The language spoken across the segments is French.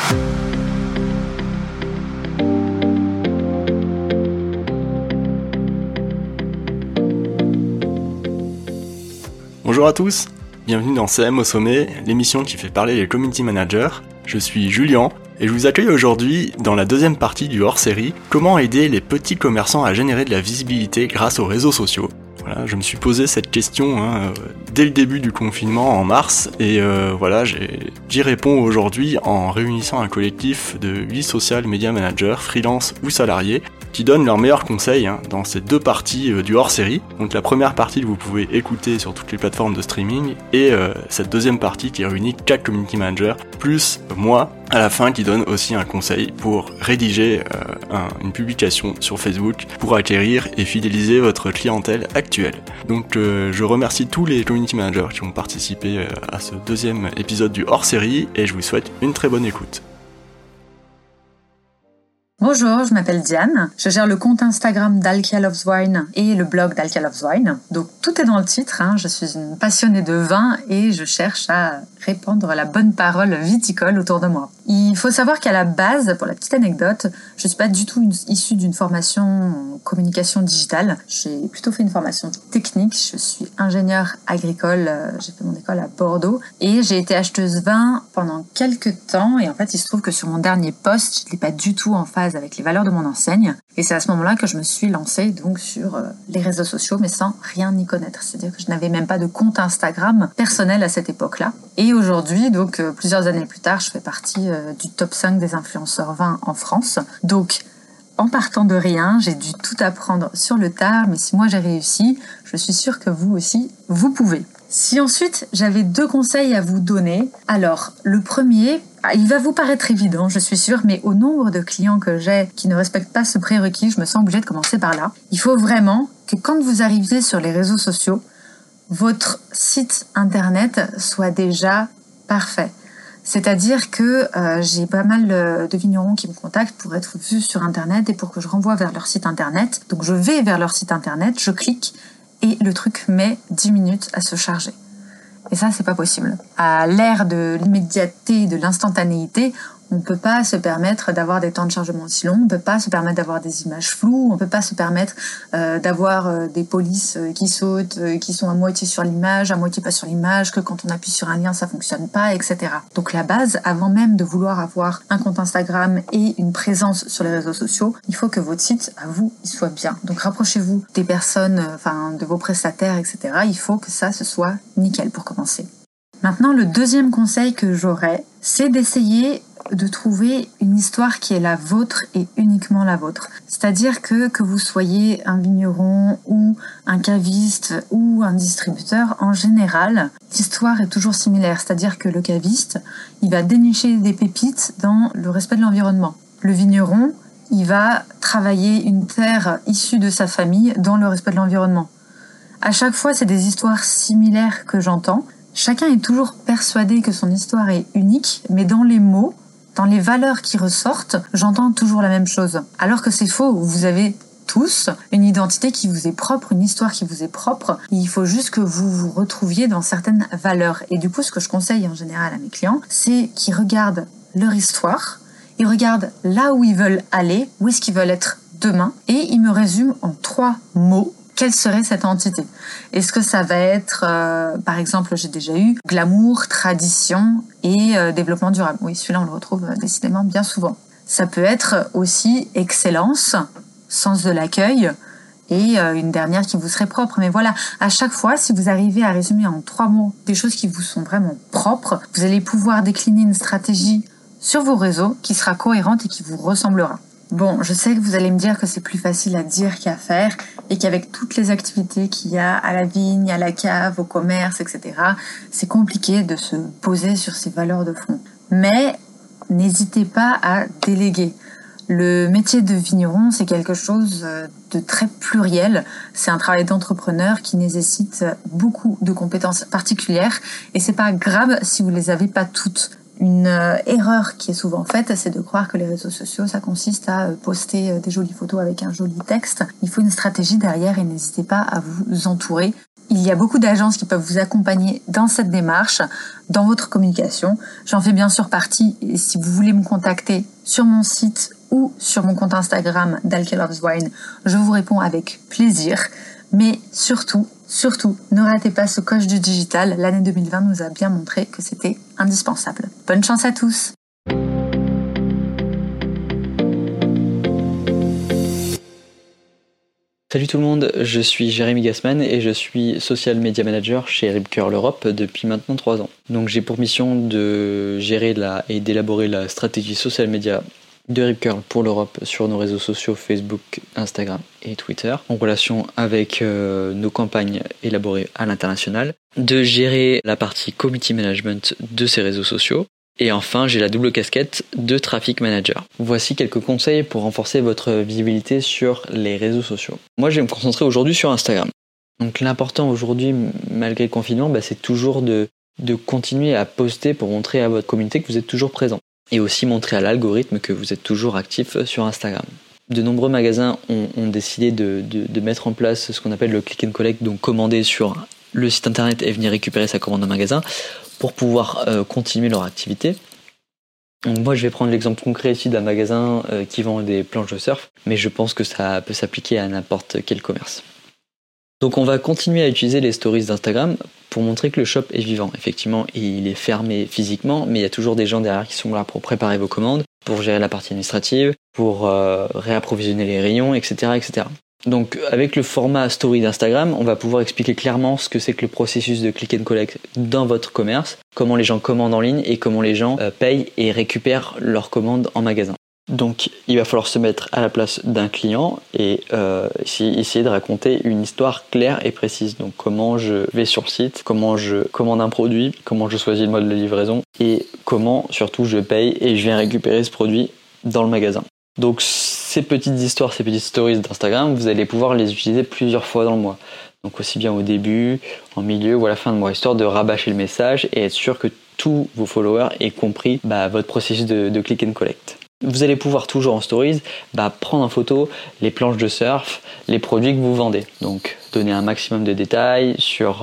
Bonjour à tous, bienvenue dans CM au sommet, l'émission qui fait parler les community managers. Je suis Julien et je vous accueille aujourd'hui dans la deuxième partie du hors-série « Comment aider les petits commerçants à générer de la visibilité grâce aux réseaux sociaux ?» Voilà, je me suis posé cette question dès le début du confinement en mars et j'y réponds aujourd'hui en réunissant un collectif de 8 social media managers, freelance ou salariés qui donnent leurs meilleurs conseils dans ces deux parties du hors-série. Donc la première partie que vous pouvez écouter sur toutes les plateformes de streaming et cette deuxième partie qui réunit 4 community managers plus moi à la fin qui donne aussi un conseil pour rédiger une publication sur Facebook pour acquérir et fidéliser votre clientèle actuelle. Donc je remercie tous les community managers qui ont participé à ce deuxième épisode du hors-série et je vous souhaite une très bonne écoute. Bonjour, je m'appelle Diane. Je gère le compte Instagram d'Alkia Loves Wine et le blog d'Alkia Loves Wine. Donc tout est dans le titre. Je suis une passionnée de vin et je cherche à répandre la bonne parole viticole autour de moi. Il faut savoir qu'à la base, pour la petite anecdote, je suis pas du tout issue d'une formation en communication digitale. J'ai plutôt fait une formation technique. Je suis ingénieure agricole. J'ai fait mon école à Bordeaux et j'ai été acheteuse vin pendant quelques temps. Et en fait, il se trouve que sur mon dernier poste, je n'étais pas du tout en phase avec les valeurs de mon enseigne. Et c'est à ce moment-là que je me suis lancée donc sur les réseaux sociaux, mais sans rien y connaître. C'est-à-dire que je n'avais même pas de compte Instagram personnel à cette époque-là. Et aujourd'hui, donc plusieurs années plus tard, je fais partie du top 5 des influenceurs vin en France. Donc, en partant de rien, j'ai dû tout apprendre sur le tard, mais si moi j'ai réussi, je suis sûre que vous aussi, vous pouvez. Si ensuite, j'avais 2 conseils à vous donner, alors le premier, il va vous paraître évident, je suis sûre, mais au nombre de clients que j'ai qui ne respectent pas ce prérequis, je me sens obligée de commencer par là. Il faut vraiment que quand vous arriviez sur les réseaux sociaux, votre site internet soit déjà parfait. C'est-à-dire que j'ai pas mal de vignerons qui me contactent pour être vus sur internet et pour que je renvoie vers leur site internet. Donc je vais vers leur site internet, je clique et le truc met 10 minutes à se charger. Et ça, c'est pas possible. À l'ère de l'immédiateté et de l'instantanéité, on peut pas se permettre d'avoir des temps de chargement aussi longs, on peut pas se permettre d'avoir des images floues, on peut pas se permettre d'avoir des polices qui sautent, qui sont à moitié sur l'image, à moitié pas sur l'image, que quand on appuie sur un lien, ça fonctionne pas, etc. Donc la base, avant même de vouloir avoir un compte Instagram et une présence sur les réseaux sociaux, il faut que votre site, à vous, il soit bien. Donc rapprochez-vous des personnes, de vos prestataires, etc. Il faut que ça, ce soit nickel pour commencer. Maintenant, le deuxième conseil que j'aurais, c'est d'essayer de trouver une histoire qui est la vôtre et uniquement la vôtre. C'est-à-dire que vous soyez un vigneron ou un caviste ou un distributeur, en général, l'histoire est toujours similaire. C'est-à-dire que le caviste, il va dénicher des pépites dans le respect de l'environnement. Le vigneron, il va travailler une terre issue de sa famille dans le respect de l'environnement. À chaque fois, c'est des histoires similaires que j'entends. Chacun est toujours persuadé que son histoire est unique, mais dans les mots, dans les valeurs qui ressortent, j'entends toujours la même chose. Alors que c'est faux, vous avez tous une identité qui vous est propre, une histoire qui vous est propre. Il faut juste que vous vous retrouviez dans certaines valeurs. Et du coup, ce que je conseille en général à mes clients, c'est qu'ils regardent leur histoire, ils regardent là où ils veulent aller, où est-ce qu'ils veulent être demain, et ils me résument en 3 mots quelle serait cette entité. Est-ce que ça va être, par exemple, j'ai déjà eu glamour, tradition et développement durable. Oui, celui-là, on le retrouve décidément bien souvent. Ça peut être aussi excellence, sens de l'accueil et une dernière qui vous serait propre. Mais voilà, à chaque fois, si vous arrivez à résumer en 3 mots des choses qui vous sont vraiment propres, vous allez pouvoir décliner une stratégie sur vos réseaux qui sera cohérente et qui vous ressemblera. Bon, je sais que vous allez me dire que c'est plus facile à dire qu'à faire et qu'avec toutes les activités qu'il y a à la vigne, à la cave, au commerce, etc., c'est compliqué de se poser sur ces valeurs de fond. Mais n'hésitez pas à déléguer. Le métier de vigneron, c'est quelque chose de très pluriel. C'est un travail d'entrepreneur qui nécessite beaucoup de compétences particulières et c'est pas grave si vous les avez pas toutes. Une erreur qui est souvent faite, c'est de croire que les réseaux sociaux, ça consiste à poster des jolies photos avec un joli texte. Il faut une stratégie derrière et n'hésitez pas à vous entourer Il y a beaucoup d'agences qui peuvent vous accompagner dans cette démarche, dans votre communication. J'en fais bien sûr partie et si vous voulez me contacter sur mon site ou sur mon compte Instagram Dalkia Loves Wine, je vous réponds avec plaisir. Mais surtout, ne ratez pas ce coche du digital. L'année 2020 nous a bien montré que c'était indispensable. Bonne chance à tous! Salut tout le monde, je suis Jérémy Gassman et je suis Social Media Manager chez Rip Curl Europe depuis maintenant 3 ans. Donc j'ai pour mission de gérer et d'élaborer la stratégie social media de Rip Curl pour l'Europe sur nos réseaux sociaux Facebook, Instagram et Twitter, en relation avec nos campagnes élaborées à l'international, de gérer la partie community management de ces réseaux sociaux, et enfin j'ai la double casquette de traffic manager. Voici quelques conseils pour renforcer votre visibilité sur les réseaux sociaux. Moi je vais me concentrer aujourd'hui sur Instagram. Donc l'important aujourd'hui, malgré le confinement, c'est toujours de continuer à poster pour montrer à votre communauté que vous êtes toujours présent. Et aussi montrer à l'algorithme que vous êtes toujours actif sur Instagram. De nombreux magasins ont décidé de mettre en place ce qu'on appelle le click and collect, donc commander sur le site internet et venir récupérer sa commande au magasin pour pouvoir continuer leur activité. Donc moi je vais prendre l'exemple concret ici d'un magasin qui vend des planches de surf, mais je pense que ça peut s'appliquer à n'importe quel commerce. Donc on va continuer à utiliser les stories d'Instagram pour montrer que le shop est vivant. Effectivement, il est fermé physiquement, mais il y a toujours des gens derrière qui sont là pour préparer vos commandes, pour gérer la partie administrative, pour réapprovisionner les rayons, etc., etc. Donc avec le format story d'Instagram, on va pouvoir expliquer clairement ce que c'est que le processus de click and collect dans votre commerce, comment les gens commandent en ligne et comment les gens payent et récupèrent leurs commandes en magasin. Donc il va falloir se mettre à la place d'un client et essayer de raconter une histoire claire et précise. Donc comment je vais sur le site, comment je commande un produit, comment je choisis le mode de livraison et comment surtout je paye et je viens récupérer ce produit dans le magasin. Donc ces petites histoires, ces petites stories d'Instagram, vous allez pouvoir les utiliser plusieurs fois dans le mois. Donc aussi bien au début, en milieu ou à la fin de mois, histoire de rabâcher le message et être sûr que tous vos followers aient compris votre processus de click and collect. Vous allez pouvoir toujours en stories prendre en photo les planches de surf, les produits que vous vendez. Donc donner un maximum de détails sur,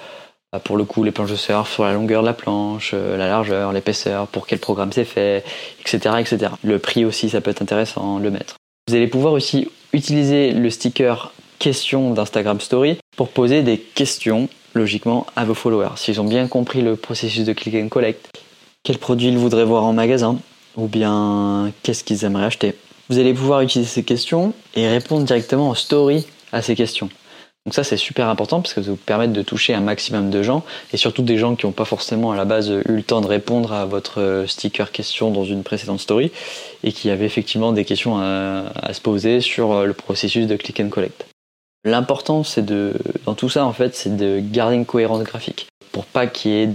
pour le coup, les planches de surf, sur la longueur de la planche, la largeur, l'épaisseur, pour quel programme c'est fait, etc., etc. Le prix aussi, ça peut être intéressant, le mettre. Vous allez pouvoir aussi utiliser le sticker questions d'Instagram Story pour poser des questions, logiquement, à vos followers. S'ils ont bien compris le processus de click and collect, quels produits ils voudraient voir en magasin, ou bien qu'est-ce qu'ils aimeraient acheter. Vous allez pouvoir utiliser ces questions et répondre directement en story à ces questions. Donc ça c'est super important parce que ça vous permet de toucher un maximum de gens et surtout des gens qui n'ont pas forcément à la base eu le temps de répondre à votre sticker question dans une précédente story et qui avaient effectivement des questions à se poser sur le processus de click and collect. L'important dans tout ça en fait, c'est de garder une cohérence graphique pour pas qu'il y ait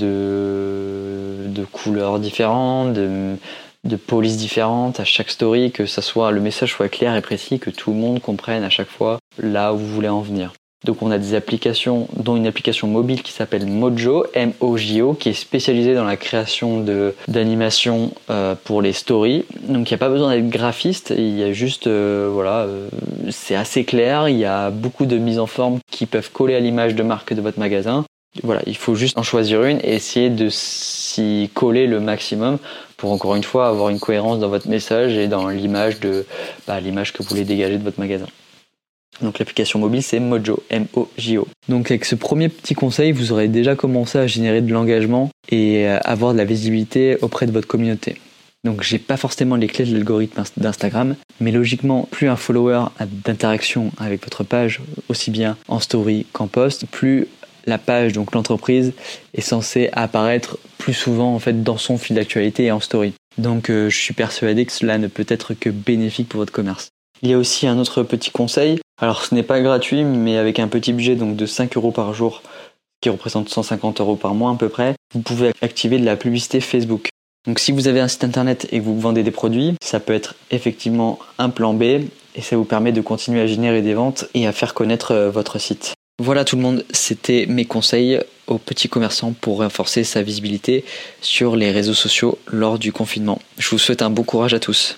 de couleurs différentes, de polices différentes à chaque story, que le message soit clair et précis, que tout le monde comprenne à chaque fois là où vous voulez en venir. Donc on a des applications, dont une application mobile qui s'appelle Mojo, M-O-J-O, qui est spécialisée dans la création d'animations pour les stories. Donc il n'y a pas besoin d'être graphiste, il y a juste, c'est assez clair, il y a beaucoup de mises en forme qui peuvent coller à l'image de marque de votre magasin. Voilà, il faut juste en choisir une et essayer de s'y coller le maximum pour encore une fois avoir une cohérence dans votre message et dans l'image l'image que vous voulez dégager de votre magasin. Donc l'application mobile c'est Mojo, M-O-J-O. Donc avec ce premier petit conseil, vous aurez déjà commencé à générer de l'engagement et avoir de la visibilité auprès de votre communauté. Donc j'ai pas forcément les clés de l'algorithme d'Instagram, mais logiquement, plus un follower a d'interaction avec votre page, aussi bien en story qu'en post, plus la page, donc l'entreprise, est censée apparaître plus souvent en fait dans son fil d'actualité et en story. Donc je suis persuadé que cela ne peut être que bénéfique pour votre commerce. Il y a aussi un autre petit conseil, alors ce n'est pas gratuit, mais avec un petit budget donc de 5 € par jour, qui représente 150 € par mois à peu près, vous pouvez activer de la publicité Facebook. Donc si vous avez un site internet et que vous vendez des produits, ça peut être effectivement un plan B et ça vous permet de continuer à générer des ventes et à faire connaître votre site. Voilà tout le monde, c'était mes conseils aux petits commerçants pour renforcer sa visibilité sur les réseaux sociaux lors du confinement. Je vous souhaite un bon courage à tous.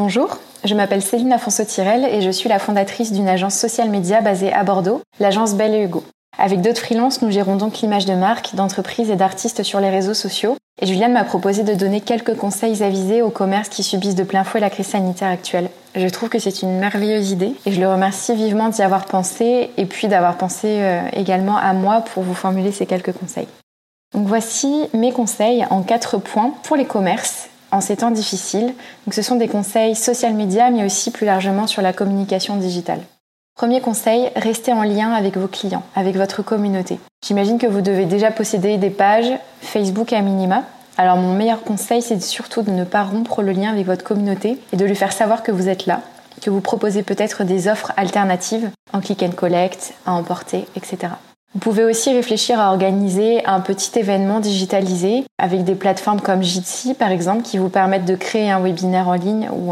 Bonjour, je m'appelle Céline Afonso-Tirel et je suis la fondatrice d'une agence social média basée à Bordeaux, l'agence Belle et Hugo. Avec d'autres freelances, nous gérons donc l'image de marque, d'entreprises et d'artistes sur les réseaux sociaux. Et Juliane m'a proposé de donner quelques conseils avisés aux commerces qui subissent de plein fouet la crise sanitaire actuelle. Je trouve que c'est une merveilleuse idée et je le remercie vivement d'y avoir pensé et puis d'avoir pensé également à moi pour vous formuler ces quelques conseils. Donc voici mes conseils en 4 points pour les commerces en ces temps difficiles. Donc ce sont des conseils social media mais aussi plus largement sur la communication digitale. Premier conseil, restez en lien avec vos clients, avec votre communauté. J'imagine que vous devez déjà posséder des pages Facebook à minima. Alors mon meilleur conseil, c'est surtout de ne pas rompre le lien avec votre communauté et de lui faire savoir que vous êtes là, que vous proposez peut-être des offres alternatives en click and collect, à emporter, etc. Vous pouvez aussi réfléchir à organiser un petit événement digitalisé avec des plateformes comme Jitsi par exemple qui vous permettent de créer un webinaire en ligne ou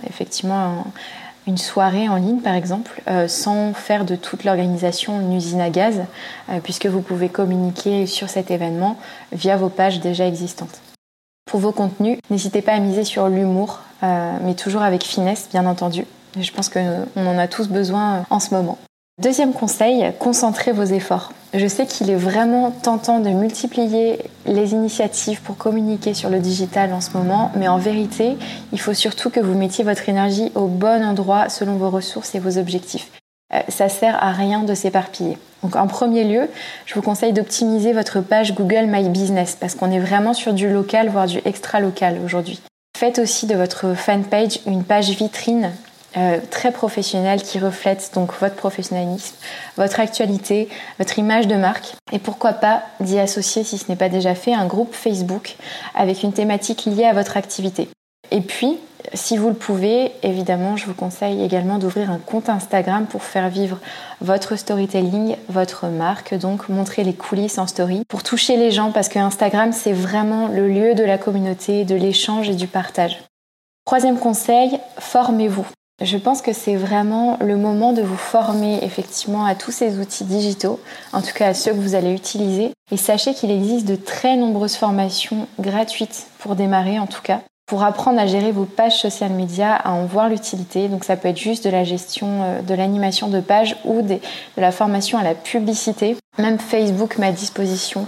une soirée en ligne par exemple, sans faire de toute l'organisation une usine à gaz, puisque vous pouvez communiquer sur cet événement via vos pages déjà existantes. Pour vos contenus, n'hésitez pas à miser sur l'humour, mais toujours avec finesse bien entendu. Je pense qu'on en a tous besoin en ce moment. Deuxième conseil, concentrez vos efforts. Je sais qu'il est vraiment tentant de multiplier les initiatives pour communiquer sur le digital en ce moment, mais en vérité, il faut surtout que vous mettiez votre énergie au bon endroit selon vos ressources et vos objectifs. Ça sert à rien de s'éparpiller. Donc en premier lieu, je vous conseille d'optimiser votre page Google My Business parce qu'on est vraiment sur du local, voire du extra local aujourd'hui. Faites aussi de votre fanpage une page vitrine très professionnelle qui reflète donc votre professionnalisme, votre actualité, votre image de marque et pourquoi pas d'y associer, si ce n'est pas déjà fait, un groupe Facebook avec une thématique liée à votre activité. Et puis, si vous le pouvez, évidemment, je vous conseille également d'ouvrir un compte Instagram pour faire vivre votre storytelling, votre marque, donc montrer les coulisses en story pour toucher les gens parce que Instagram, c'est vraiment le lieu de la communauté, de l'échange et du partage. Troisième conseil, formez-vous. Je pense que c'est vraiment le moment de vous former effectivement à tous ces outils digitaux, en tout cas à ceux que vous allez utiliser. Et sachez qu'il existe de très nombreuses formations gratuites pour démarrer en tout cas, pour apprendre à gérer vos pages social media, à en voir l'utilité. Donc ça peut être juste de la gestion de l'animation de pages ou de la formation à la publicité. Même Facebook met à disposition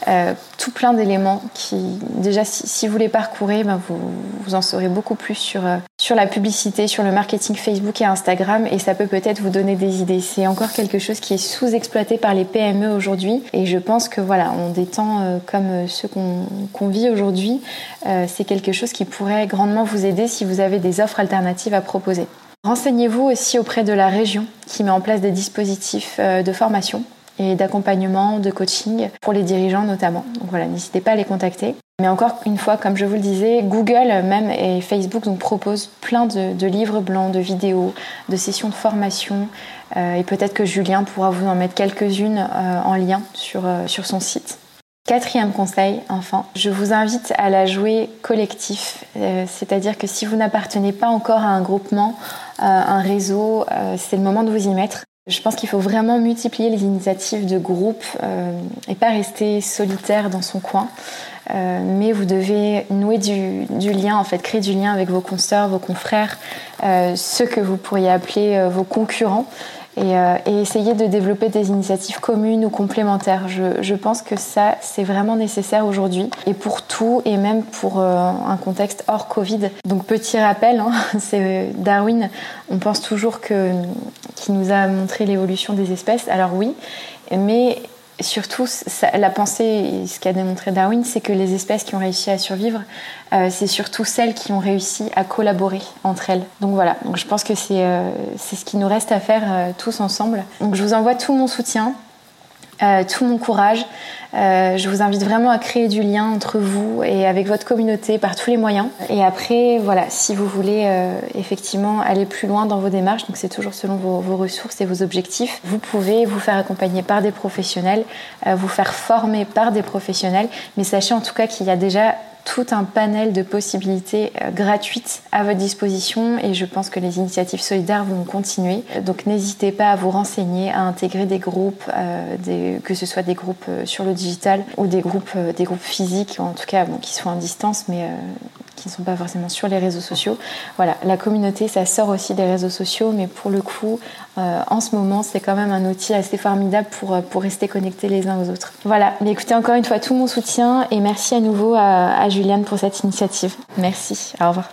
tout plein d'éléments qui, déjà, si vous les parcourez, vous en saurez beaucoup plus sur la publicité, sur le marketing Facebook et Instagram et ça peut peut-être vous donner des idées. C'est encore quelque chose qui est sous-exploité par les PME aujourd'hui et je pense que voilà, en des temps comme ceux qu'on vit aujourd'hui, c'est quelque chose qui pourrait grandement vous aider si vous avez des offres alternatives à proposer. Renseignez-vous aussi auprès de la région qui met en place des dispositifs de formation et d'accompagnement, de coaching pour les dirigeants notamment. Donc voilà, n'hésitez pas à les contacter. Mais encore une fois, comme je vous le disais, Google même et Facebook donc, proposent plein de livres blancs, de vidéos, de sessions de formation et peut-être que Julien pourra vous en mettre quelques-unes en lien sur son site. Quatrième conseil, enfin, je vous invite à la jouer collectif, c'est-à-dire que si vous n'appartenez pas encore à un groupement, un réseau, c'est le moment de vous y mettre. Je pense qu'il faut vraiment multiplier les initiatives de groupe et pas rester solitaire dans son coin. Mais vous devez nouer du lien, en fait, créer du lien avec vos consoeurs, vos confrères, ceux que vous pourriez appeler vos concurrents. Et essayer de développer des initiatives communes ou complémentaires. Je pense que ça, c'est vraiment nécessaire aujourd'hui et pour tout et même pour un contexte hors Covid. Donc petit rappel, c'est Darwin, on pense toujours qu'il nous a montré l'évolution des espèces. Alors oui, mais surtout, la pensée, ce qu'a démontré Darwin, c'est que les espèces qui ont réussi à survivre, c'est surtout celles qui ont réussi à collaborer entre elles. Donc voilà, donc je pense que c'est ce qui nous reste à faire tous ensemble. Donc je vous envoie tout mon soutien, tout mon courage. Je vous invite vraiment à créer du lien entre vous et avec votre communauté par tous les moyens. Et après, voilà, si vous voulez effectivement aller plus loin dans vos démarches, donc c'est toujours selon vos ressources et vos objectifs, vous pouvez vous faire accompagner par des professionnels, vous faire former par des professionnels, mais sachez en tout cas qu'il y a déjà tout un panel de possibilités gratuites à votre disposition et je pense que les initiatives solidaires vont continuer. Donc n'hésitez pas à vous renseigner, à intégrer des groupes, que ce soit des groupes sur le digital ou des groupes physiques, en tout cas qui sont à distance mais qui ne sont pas forcément sur les réseaux sociaux. Voilà, la communauté, ça sort aussi des réseaux sociaux, mais pour le coup, en ce moment, c'est quand même un outil assez formidable pour rester connectés les uns aux autres. Voilà, mais écoutez, encore une fois, tout mon soutien et merci à nouveau à Juliane pour cette initiative. Merci, au revoir.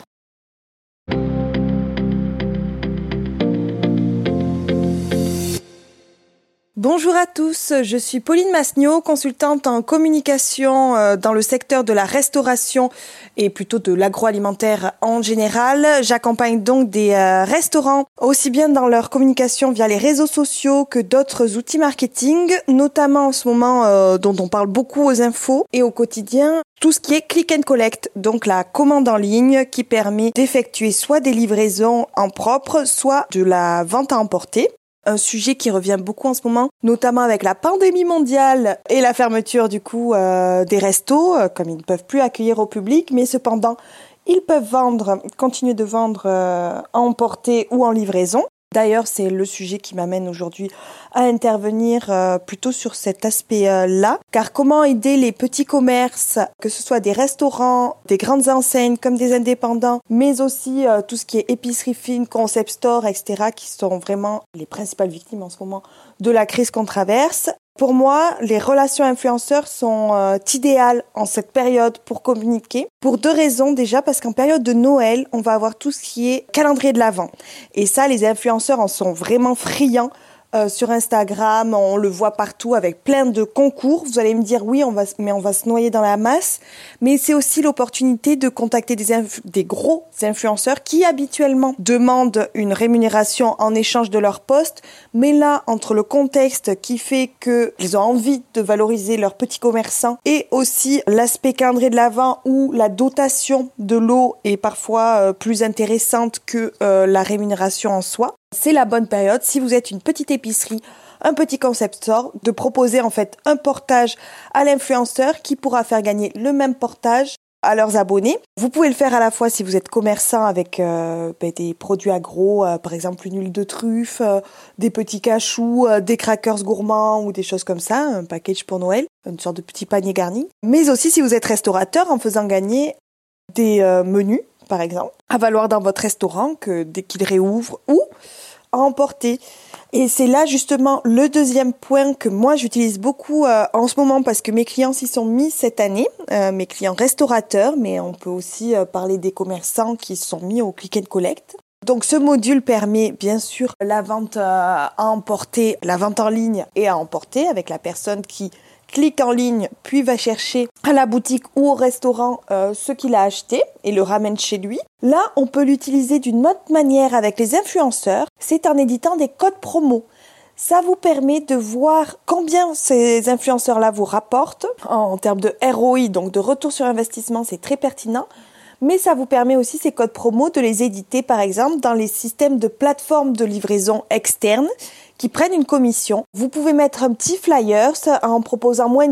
Bonjour à tous, je suis Pauline Masniot, consultante en communication dans le secteur de la restauration et plutôt de l'agroalimentaire en général. J'accompagne donc des restaurants aussi bien dans leur communication via les réseaux sociaux que d'autres outils marketing, notamment en ce moment dont on parle beaucoup aux infos et au quotidien, tout ce qui est click and collect, donc la commande en ligne qui permet d'effectuer soit des livraisons en propre, soit de la vente à emporter. Un sujet qui revient beaucoup en ce moment, notamment avec la pandémie mondiale et la fermeture du coup des restos, comme ils ne peuvent plus accueillir au public, mais cependant ils peuvent continuer de vendre à emporter ou en livraison. D'ailleurs, c'est le sujet qui m'amène aujourd'hui à intervenir plutôt sur cet aspect-là. Car comment aider les petits commerces, que ce soit des restaurants, des grandes enseignes comme des indépendants, mais aussi tout ce qui est épicerie fine, concept store, etc., qui sont vraiment les principales victimes en ce moment de la crise qu'on traverse. Pour moi, les relations influenceurs sont idéales en cette période pour communiquer. Pour 2 raisons. Déjà, parce qu'en période de Noël, on va avoir tout ce qui est calendrier de l'Avent. Et ça, les influenceurs en sont vraiment friands. Sur Instagram, on le voit partout avec plein de concours. Vous allez me dire oui, on va se noyer dans la masse. Mais c'est aussi l'opportunité de contacter des gros influenceurs qui habituellement demandent une rémunération en échange de leur poste. Mais là, entre le contexte qui fait qu'ils ont envie de valoriser leurs petits commerçants et aussi l'aspect calendrier de l'Avent où la dotation de l'eau est parfois plus intéressante que la rémunération en soi. C'est la bonne période, si vous êtes une petite épicerie, un petit concept store, de proposer en fait un portage à l'influenceur qui pourra faire gagner le même portage à leurs abonnés. Vous pouvez le faire à la fois si vous êtes commerçant avec des produits agro, par exemple une huile de truffe, des petits cachous, des crackers gourmands ou des choses comme ça, un package pour Noël, une sorte de petit panier garni. Mais aussi si vous êtes restaurateur en faisant gagner des menus, par exemple, à valoir dans votre restaurant que dès qu'il réouvre ou à emporter. Et c'est là justement le deuxième point que moi j'utilise beaucoup en ce moment parce que mes clients s'y sont mis cette année, mes clients restaurateurs, mais on peut aussi parler des commerçants qui se sont mis au click and collect. Donc ce module permet bien sûr la vente à emporter, la vente en ligne et à emporter avec la personne qui clique en ligne, puis va chercher à la boutique ou au restaurant ce qu'il a acheté et le ramène chez lui. Là, on peut l'utiliser d'une autre manière avec les influenceurs, c'est en éditant des codes promo. Ça vous permet de voir combien ces influenceurs-là vous rapportent en termes de ROI, donc de retour sur investissement, c'est très pertinent. Mais ça vous permet aussi ces codes promo de les éditer par exemple dans les systèmes de plateformes de livraison externes qui prennent une commission. Vous pouvez mettre un petit flyer en proposant moins de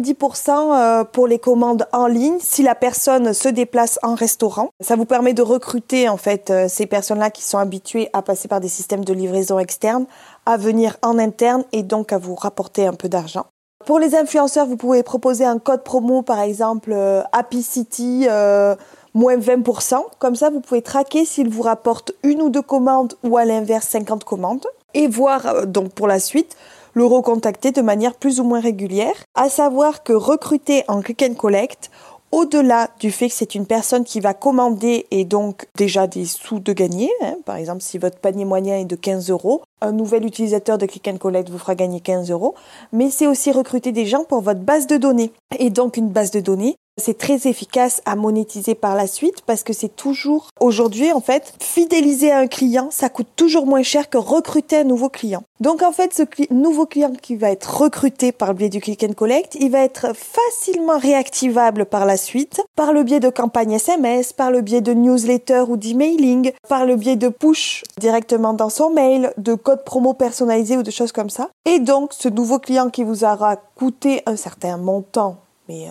10% pour les commandes en ligne si la personne se déplace en restaurant. Ça vous permet de recruter en fait ces personnes-là qui sont habituées à passer par des systèmes de livraison externes, à venir en interne et donc à vous rapporter un peu d'argent. Pour les influenceurs, vous pouvez proposer un code promo par exemple Happy City moins 20%. Comme ça, vous pouvez traquer s'il vous rapporte 1 ou 2 commandes ou à l'inverse 50 commandes. Et voir donc pour la suite le recontacter de manière plus ou moins régulière. À savoir que recruter en click and collect, au-delà du fait que c'est une personne qui va commander et donc déjà des sous de gagner, par exemple si votre panier moyen est de 15 €, un nouvel utilisateur de click and collect vous fera gagner 15 €, mais c'est aussi recruter des gens pour votre base de données. Et donc une base de données, c'est très efficace à monétiser par la suite parce que c'est toujours, aujourd'hui en fait, fidéliser un client, ça coûte toujours moins cher que recruter un nouveau client. Donc en fait, ce nouveau client qui va être recruté par le biais du click and collect, il va être facilement réactivable par la suite, par le biais de campagnes SMS, par le biais de newsletters ou d'emailing, par le biais de push directement dans son mail, de codes promo personnalisés ou de choses comme ça. Et donc, ce nouveau client qui vous aura coûté un certain montant, mais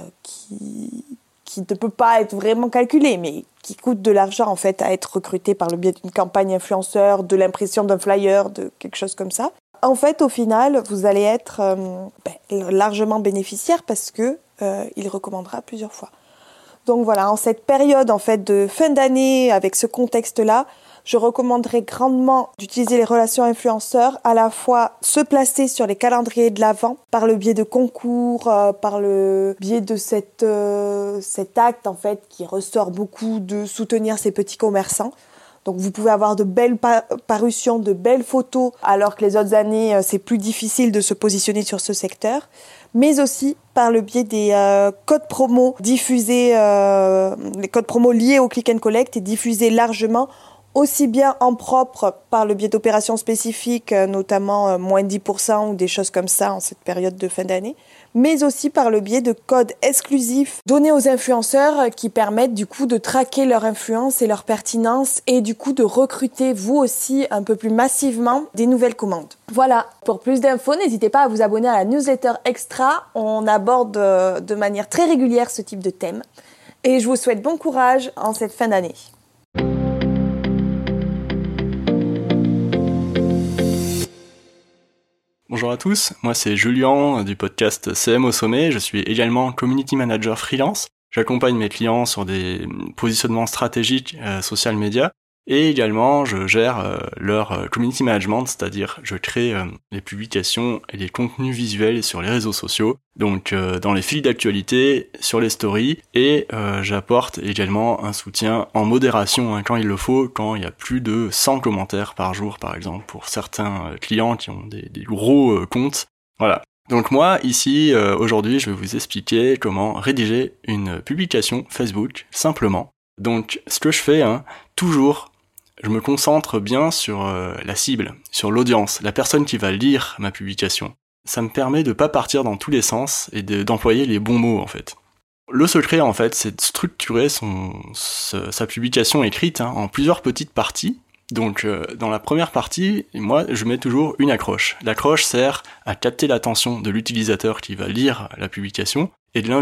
qui ne peut pas être vraiment calculé, mais qui coûte de l'argent en fait à être recruté par le biais d'une campagne influenceur, de l'impression d'un flyer, de quelque chose comme ça. En fait, au final, vous allez être largement bénéficiaire parce que il recommandera plusieurs fois. Donc voilà, en cette période en fait de fin d'année, avec ce contexte-là, je recommanderais grandement d'utiliser les relations influenceurs, à la fois se placer sur les calendriers de l'Avent par le biais de concours, par le biais de cet acte en fait qui ressort beaucoup de soutenir ces petits commerçants. Donc vous pouvez avoir de belles parutions, de belles photos, alors que les autres années c'est plus difficile de se positionner sur ce secteur. Mais aussi par le biais des codes promo diffusés, les codes promo liés au click and collect et diffusés largement, aussi bien en propre par le biais d'opérations spécifiques, notamment moins 10% ou des choses comme ça en cette période de fin d'année, mais aussi par le biais de codes exclusifs donnés aux influenceurs qui permettent du coup de traquer leur influence et leur pertinence et du coup de recruter vous aussi un peu plus massivement des nouvelles commandes. Voilà, pour plus d'infos, n'hésitez pas à vous abonner à la newsletter Extra, on aborde de manière très régulière ce type de thème et je vous souhaite bon courage en cette fin d'année. Bonjour à tous, moi c'est Julien du podcast CM au sommet, je suis également Community Manager freelance. J'accompagne mes clients sur des positionnements stratégiques social media et également je gère leur community management, c'est-à-dire je crée les publications et les contenus visuels sur les réseaux sociaux, donc dans les fils d'actualité, sur les stories et j'apporte également un soutien en modération quand il le faut, quand il y a plus de 100 commentaires par jour par exemple pour certains clients qui ont des gros comptes. Voilà. Donc moi, ici, aujourd'hui, je vais vous expliquer comment rédiger une publication Facebook, simplement. Donc, ce que je fais, toujours, je me concentre bien sur la cible, sur l'audience, la personne qui va lire ma publication. Ça me permet de pas partir dans tous les sens et d'employer les bons mots, en fait. Le secret, en fait, c'est de structurer sa publication écrite en plusieurs petites parties. Donc dans la première partie, moi je mets toujours une accroche. L'accroche sert à capter l'attention de l'utilisateur qui va lire la publication et de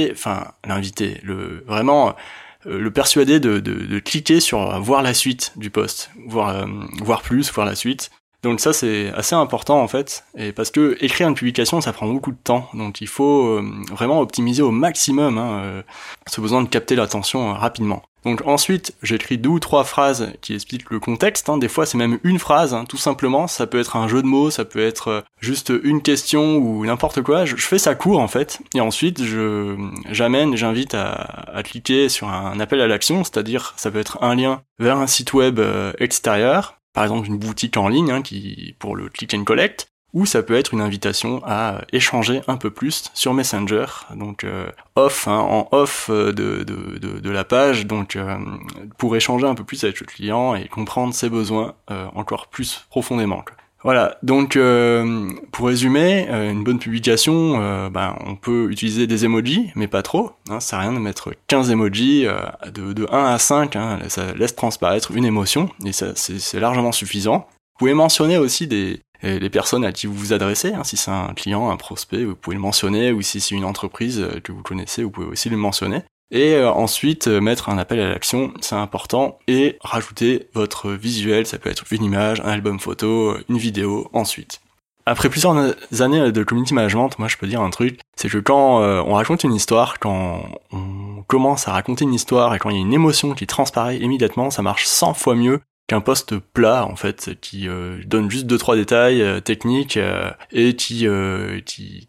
le persuader de cliquer sur voir la suite du post, voir la suite. Donc ça c'est assez important en fait, et parce que écrire une publication ça prend beaucoup de temps, donc il faut vraiment optimiser au maximum ce besoin de capter l'attention rapidement. Donc ensuite, j'écris 2 ou 3 phrases qui expliquent le contexte, des fois c'est même une phrase, tout simplement, ça peut être un jeu de mots, ça peut être juste une question ou n'importe quoi, je fais ça court en fait, et ensuite j'invite à cliquer sur un appel à l'action, c'est-à-dire ça peut être un lien vers un site web extérieur, par exemple une boutique en ligne pour le click and collect, ou ça peut être une invitation à échanger un peu plus sur Messenger, donc en off de la page, donc pour échanger un peu plus avec le client et comprendre ses besoins encore plus profondément. Voilà, donc pour résumer, une bonne publication, on peut utiliser des emojis, mais pas trop, ça sert à rien de mettre 15 emojis de 1 à 5, ça laisse transparaître une émotion, et ça c'est largement suffisant. Vous pouvez mentionner aussi les personnes à qui vous vous adressez, si c'est un client, un prospect, vous pouvez le mentionner, ou si c'est une entreprise que vous connaissez, vous pouvez aussi le mentionner. Et ensuite, mettre un appel à l'action, c'est important, et rajouter votre visuel, ça peut être une image, un album photo, une vidéo, ensuite. Après plusieurs années de community management, moi je peux dire un truc, c'est que quand on raconte une histoire, quand on commence à raconter une histoire, et quand il y a une émotion qui transparaît immédiatement, ça marche 100 fois mieux qu'un post plat en fait qui donne juste 2-3 détails techniques et qui veut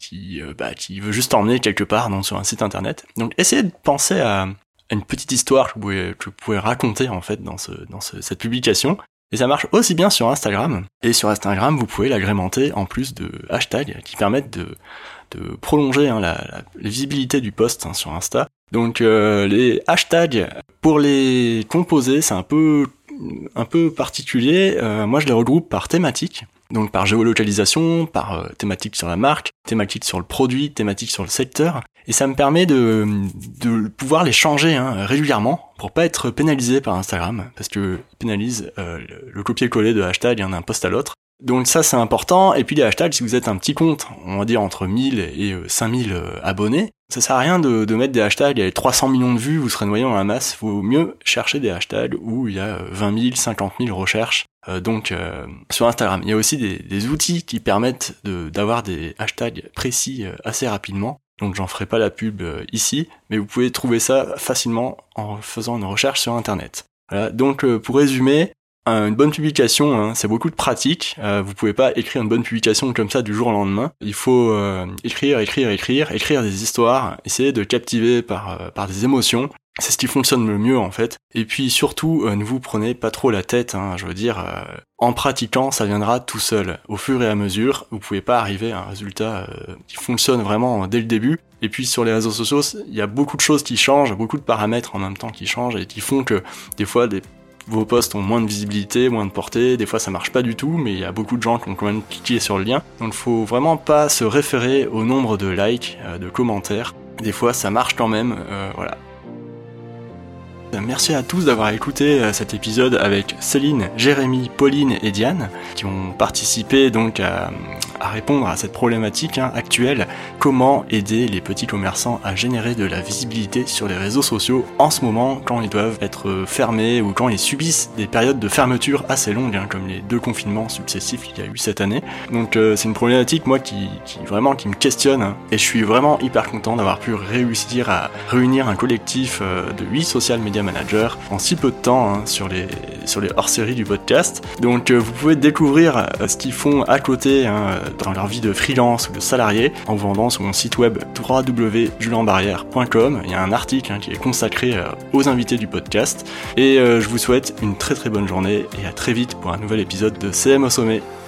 juste emmener quelque part sur un site internet. Donc essayez de penser à une petite histoire que vous pouvez raconter en fait dans cette publication, et ça marche aussi bien sur Instagram, et sur Instagram vous pouvez l'agrémenter en plus de hashtags qui permettent de prolonger la visibilité du post sur Insta. Donc les hashtags, pour les composer, c'est un peu particulier. Moi je les regroupe par thématique, donc par géolocalisation, par thématique sur la marque, thématique sur le produit, thématique sur le secteur, et ça me permet de pouvoir les changer régulièrement pour pas être pénalisé par Instagram, parce que pénalise le copier-coller de hashtag d'un post à l'autre. Donc ça c'est important. Et puis les hashtags, si vous êtes un petit compte, on va dire entre 1000 et 5000 abonnés, ça sert à rien de mettre des hashtags avec 300 millions de vues, vous serez noyé dans la masse. Il vaut mieux chercher des hashtags où il y a 20 000, 50 000 recherches. Sur Instagram, il y a aussi des outils qui permettent d'avoir des hashtags précis assez rapidement. donc j'en ferai pas la pub ici, mais vous pouvez trouver ça facilement en faisant une recherche sur internet. Voilà, donc pour résumer, une bonne publication, c'est beaucoup de pratique. Vous pouvez pas écrire une bonne publication comme ça du jour au lendemain. Il faut écrire des histoires, essayer de captiver par des émotions. C'est ce qui fonctionne le mieux en fait. Et puis surtout, ne vous prenez pas trop la tête. En pratiquant, ça viendra tout seul. Au fur et à mesure, vous pouvez pas arriver à un résultat qui fonctionne vraiment dès le début. Et puis sur les réseaux sociaux, il y a beaucoup de choses qui changent, beaucoup de paramètres en même temps qui changent et qui font que des fois vos posts ont moins de visibilité, moins de portée, des fois ça marche pas du tout, mais il y a beaucoup de gens qui ont quand même cliqué sur le lien. Donc il faut vraiment pas se référer au nombre de likes, de commentaires. Des fois ça marche quand même, voilà. Merci à tous d'avoir écouté cet épisode avec Céline, Jérémy, Pauline et Diane qui ont participé donc à répondre à cette problématique actuelle. Comment aider les petits commerçants à générer de la visibilité sur les réseaux sociaux en ce moment quand ils doivent être fermés ou quand ils subissent des périodes de fermeture assez longues comme les 2 confinements successifs qu'il y a eu cette année. Donc c'est une problématique moi qui me questionne et je suis vraiment hyper content d'avoir pu réussir à réunir un collectif de 8 social media managers en si peu de temps sur les hors-séries du podcast. Donc vous pouvez découvrir ce qu'ils font à côté dans leur vie de freelance ou de salarié en vous rendant sur mon site web www.julienbarrière.com. Il y a un article qui est consacré aux invités du podcast et je vous souhaite une très très bonne journée et à très vite pour un nouvel épisode de CM au sommet.